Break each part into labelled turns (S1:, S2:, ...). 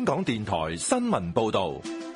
S1: 港電台新聞報道。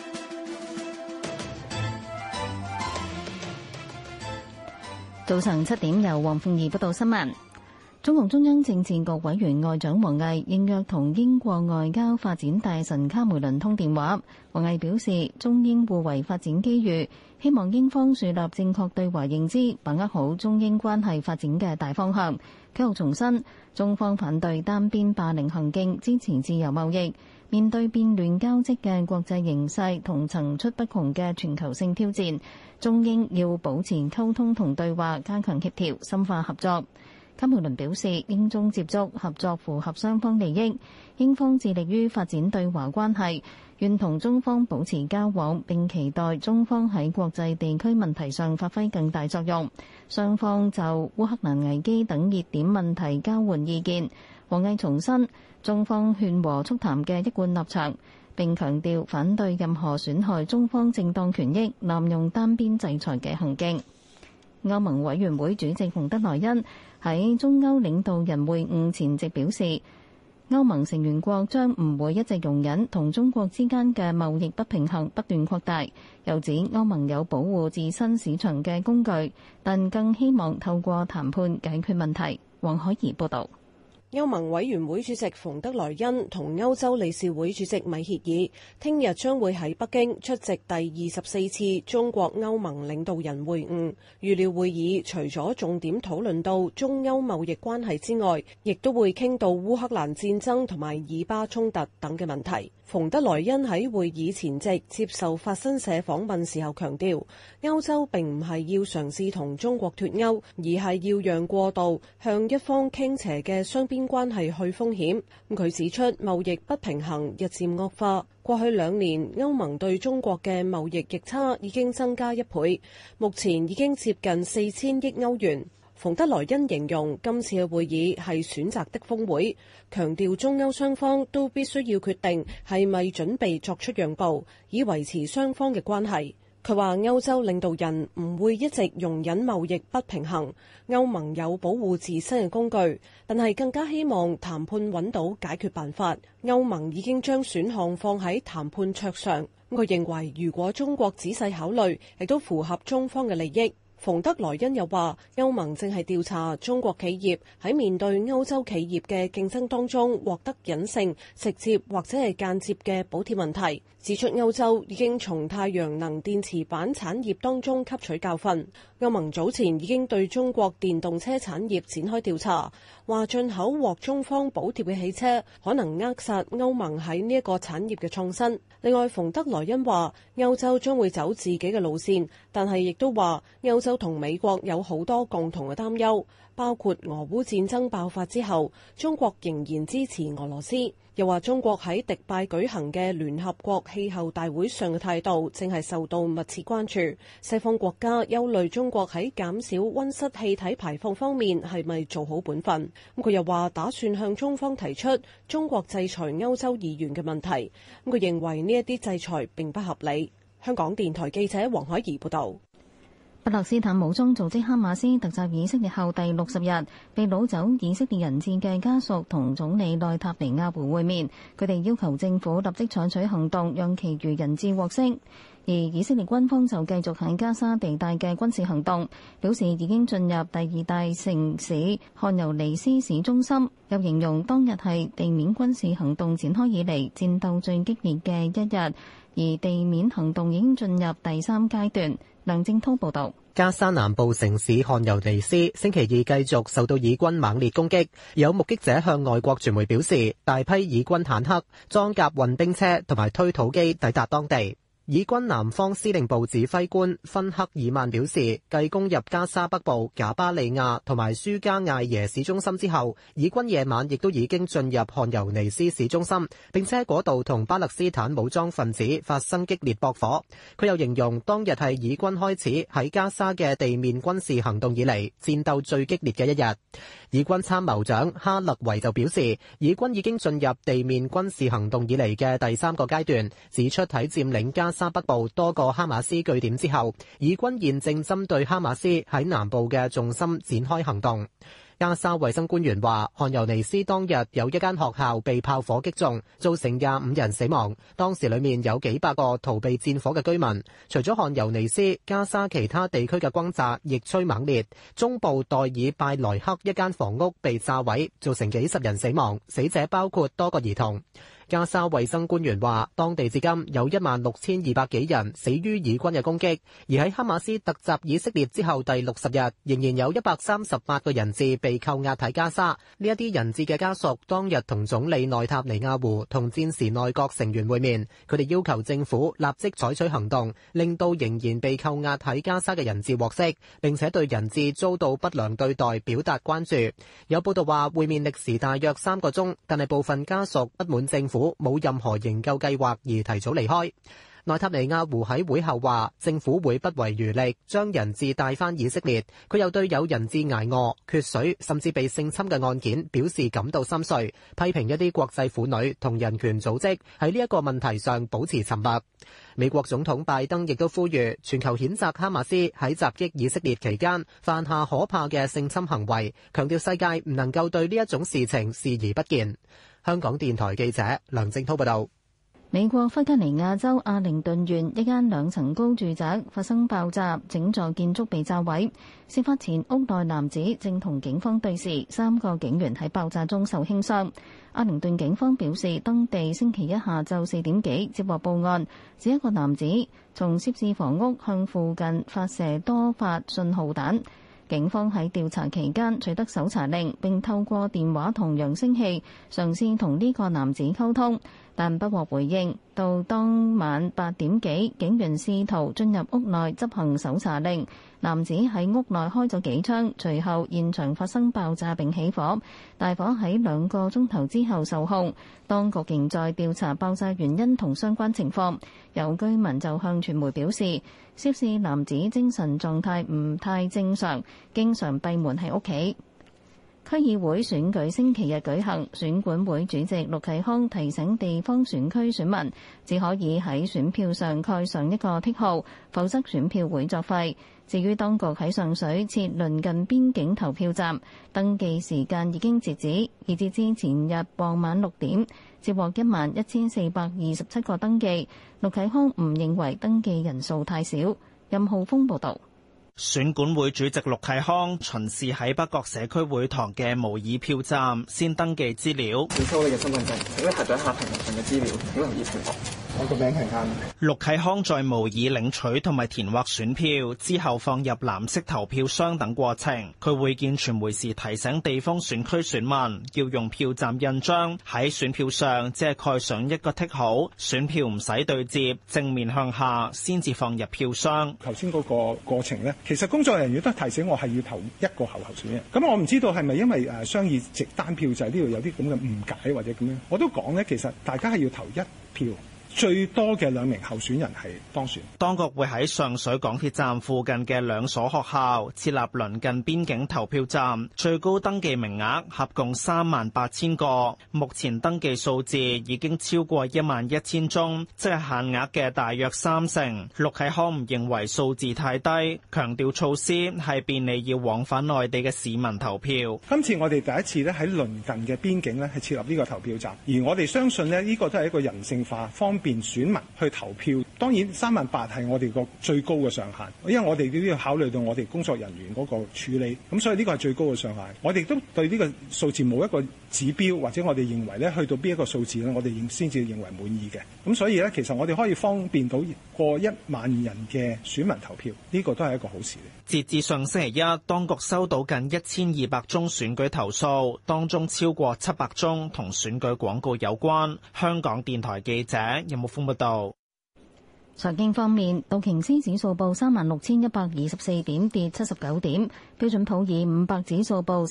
S2: 早上7點，由黃鳳儀報道新聞。中共中央政治局委員外長王毅應約同英國外交發展大臣卡梅倫通電話。王毅表示，中英互為發展機遇，希望英方樹立正確對華認知，把握好中英關係發展嘅大方向。佢又重申，中方反對單邊霸凌行徑，支持自由貿易。面對變亂交織嘅國際形勢同層出不窮嘅全球性挑戰，中英要保持溝通同對話，加強協調，深化合作。卡梅倫表示，英中接觸合作符合雙方利益，英方致力於發展對華關係，願同中方保持交往，並期待中方喺國際地區問題上發揮更大作用。雙方就烏克蘭危機等熱點問題交換意見。王毅重申中方勸和促談嘅一貫立場，並強調反對任何損害中方正當權益、濫用單邊制裁嘅行徑。歐盟委員會主席馮德萊恩喺中歐領導人會晤前夕表示，歐盟成員國將唔會一直容忍同中國之間嘅貿易不平衡不斷擴大。又指歐盟有保護自身市場嘅工具，但更希望透過談判解決問題。黃海怡報導。
S3: 歐盟委員會主席馮德萊恩同歐洲理事會主席米歇爾聽日將會喺北京出席第24次中國歐盟領導人會晤。預料會議除咗重點討論到中歐貿易關係之外，亦都會傾到烏克蘭戰爭同埋以巴衝突等嘅問題。馮德萊恩喺會議前夕接受法新社訪問時候強調，歐洲並唔係要嘗試同中國脫歐，而係要讓過度向一方傾斜嘅雙邊關係去風險。佢指出，貿易不平衡日漸惡化，過去2年歐盟對中國嘅貿易逆差已經增加1倍，目前已經接近4000億歐元。馮德萊恩形容今次嘅會議係選擇的峰會，強調中歐雙方都必須要決定係咪準備作出讓步，以維持雙方嘅關係。佢話歐洲領導人唔會一直容忍貿易不平衡，歐盟有保護自身嘅工具，但係更加希望談判揾到解決辦法。歐盟已經將選項放喺談判桌上。佢認為如果中國仔細考慮，亦都符合中方嘅利益。馮德萊恩又話，歐盟正係調查中國企業喺面對歐洲企業嘅競爭當中獲得隱性、直接或者係間接嘅補貼問題，指出歐洲已經從太陽能電池板產業當中吸取教訓。歐盟早前已經對中國電動車產業展開調查，話進口獲中方補貼嘅汽車可能扼殺歐盟喺呢一個產業嘅創新。另外，馮德萊恩話歐洲將會走自己嘅路線，但係亦都話歐洲同美國有好多共同嘅擔憂，包括俄烏戰爭爆發之後，中國仍然支持俄羅斯。又話中國喺迪拜舉行嘅聯合國氣候大會上嘅態度正係受到密切關注。西方國家憂慮中國喺減少溫室氣體排放方面係咪做好本分。佢又話打算向中方提出中國制裁歐洲議員嘅問題。佢認為呢一啲制裁並不合理。香港電台記者黃海怡報導。
S2: 巴勒斯坦武裝組織哈馬斯突襲以色列後第60日，被擄走以色列人質嘅家屬同總理內塔尼亞胡會面，佢哋要求政府立即採取行動，讓其餘人質獲釋。而以色列軍方就繼續喺加沙地帶嘅軍事行動，表示已經進入第2大城市漢尤尼斯市中心，又形容當日係地面軍事行動展開以嚟戰鬥最激烈嘅一日，而地面行動已經進入第3階段。梁正濤報道。
S4: 加沙南部城市漢尤尼斯星期二繼續受到以軍猛烈攻擊，有目擊者向外國傳媒表示，大批以軍坦克、裝甲運兵車同埋推土機抵達當地。以軍南方司令部指揮官芬克爾曼表示，繼攻入加沙北部賈巴利亞同埋舒加艾耶市中心之後，以軍夜晚亦都已經進入漢尤尼斯市中心，並且喺嗰度同巴勒斯坦武裝分子發生激烈駁火。佢又形容當日係以軍開始喺加沙嘅地面軍事行動以嚟戰鬥最激烈嘅一日。以軍參謀長哈勒維就表示，以軍已經進入地面軍事行動以嚟嘅第3個階段，指出喺佔領加沙北部多個哈馬斯據點之後，以軍現正針對哈馬斯喺南部嘅重心展開行動。 加沙衛生官員話，汗尤尼斯當日有一間學校被炮火擊中，造成25人死亡。當時裡面有幾百個逃避戰火嘅居民。除咗汗尤尼斯，加沙其他地區嘅轟炸亦趨猛烈。中部代爾拜萊克一間房屋被炸毀，造成幾十人死亡，死者包括多個兒童。加沙衛生官員話，當地至今有16200幾人死於以軍嘅攻擊，而喺哈馬斯突襲以色列之後第60日，仍然有138個人質被扣押喺加沙。呢一啲人質嘅家屬當日同總理內塔尼亞胡同戰時內閣成員會面，佢哋要求政府立即採取行動，令到仍然被扣押喺加沙嘅人質獲釋，並且對人質遭到不良對待表達關注。有報道話，會面歷時大約3個鐘，但係部分家屬不滿政府冇任何營救計劃而提早離開。內塔尼亞胡喺會後話，政府會不遺餘力將人質帶返以色列。佢又對有人質捱餓、缺水甚至被性侵嘅案件表示感到心碎，批評一啲國際婦女同人權組織喺呢一個問題上保持沉默。美國總統拜登亦都呼籲全球譴責哈馬斯喺襲擊以色列期間犯下可怕嘅性侵行為，強調世界唔能夠對呢一種事情視而不見。香港電台記者梁正滔報道。
S2: 美國弗吉尼亞州阿靈頓縣一間2層高住宅發生爆炸，整座建築被炸毀。事發前，屋內男子正同警方對峙，3個警員喺爆炸中受輕傷。阿靈頓警方表示，當地星期一下晝4點幾接獲報案，指一個男子從涉事房屋向附近發射多發信號彈。警方喺調查期間取得搜查令，並透過電話同揚聲器嘗試同呢個男子溝通，但不獲回應。到當晚8點幾，警員試圖進入屋內執行搜查令，男子喺屋內開咗幾槍，隨後現場發生爆炸並起火，大火喺2個鐘頭之後受控。當局仍在調查爆炸原因同相關情況。有居民就向傳媒表示，涉事男子精神狀態唔太正常，經常閉門喺屋企。區議會選舉星期日舉行，選管會主席陸啟康提醒地方選區選民，只可以喺選票上蓋上一個剔號，否則選票會作廢。至於當局喺上水設鄰近邊境投票站，登記時間已經截止，而截至前日傍晚6點，接獲11427個登記。陸啟康唔認為登記人數太少。任浩峰報導。
S5: 選管會主席陸啟康巡視喺北角社區會堂嘅模擬票站，先登記資料。
S6: 要抽你嘅身份證，請你核對一下屏幕上嘅資料，請留意情況。我個名係啱。
S5: 陸啟康在模擬領取同埋填劃選票之後，放入藍色投票箱等過程。佢會見傳媒時提醒地方選區選民要用票站印章喺選票上只係蓋上一個剔號，選票唔使對接，正面向下先至放入票箱。
S7: 頭先嗰個過程呢，其實工作人員都提醒我係要投一個候選人。咁我唔知道係咪因為商議直單票制呢度有啲咁嘅誤解或者咁樣，我都講呢，其實大家係要投一票。最多嘅2名候選人係當選。當局會喺上水港鐵站附近嘅2所學校設立鄰近邊境投票站，最高登記名額合共38000個。目前登記數字已經超過11000宗，即係限額嘅大約30%。陸啟康唔認為數字太低，強調措施係便利要往返內地嘅市民投票。今次我哋第一次咧喺鄰近嘅邊境咧係設立呢個投票站，而我哋相信咧呢個都係一個人性化方便選民去投票。當然38000係我哋個最高嘅上限，因為我哋都要考慮到我哋工作人員嗰個處理，咁所以呢個係最高嘅上限。我哋都對呢個數字冇一個指標，或者我哋認為咧去到邊一個數字咧，我哋先至認為滿意嘅。咁所以咧，其實我哋可以方便到過1萬人嘅選民投票，呢個都係一個好事。截至上星期一，當局收到近1200宗選舉投訴，當中超過700宗同選舉廣告有關。香港電台記者任木峰報道。
S2: 財經方面，道瓊斯指數報36124點，跌79點；標準普爾500指數報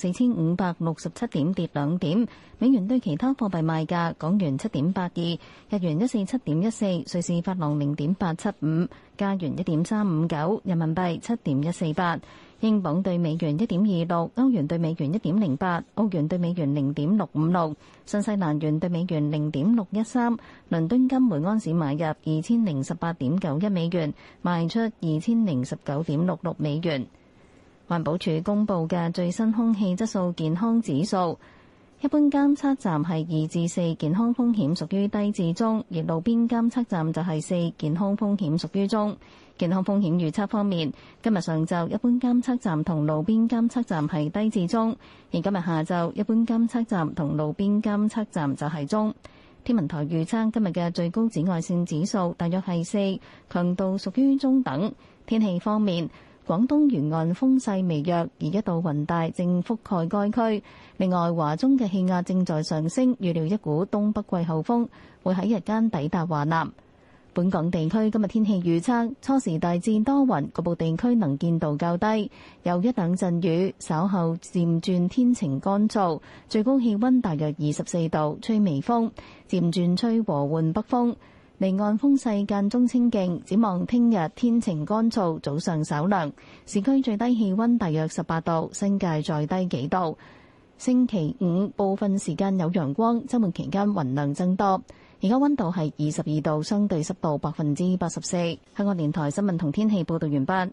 S2: 4567點，跌2點。美元對其他貨幣賣價：港元7.82，日元147.14，瑞士法郎0.875，加元1.359，人民幣7.148。英鎊對美元1.26，歐元對美元1.08，澳元對美元0.656，新西蘭元對美元0.613。倫敦金每安士買入2018.91美元，賣出2019.66美元。 環保署公布嘅最新空氣質素健康指數，一般監測站係2至4，健康風險屬於低至中，而路邊監測站就係4，健康風險屬於中。健康風險預測方面，今日上晝一般監測站同路邊監測站係低至中，而今日下晝一般監測站同路邊監測站就係中。天文台預測今日嘅最高紫外線指數大約係4，強度屬於中等。天氣方面，廣東沿岸風勢微弱，而一道雲帶正覆蓋該區。另外，華中嘅氣壓正在上升，預料一股東北季候風會喺日間抵達華南。本港地區今日天氣預測，初時大致多雲，局部地區能見度較低，有一兩陣雨，稍後漸轉天晴乾燥，最高氣溫大約24度，吹微風，漸轉吹和緩北風。離岸風勢間中清勁，展望聽日天晴乾燥，早上稍涼，市區最低氣溫大約18度，新界再低幾度。星期五部分時間有陽光，週末期間雲量增多。而家溫度係22度，相對濕度84%。香港電台新聞同天氣報導完畢。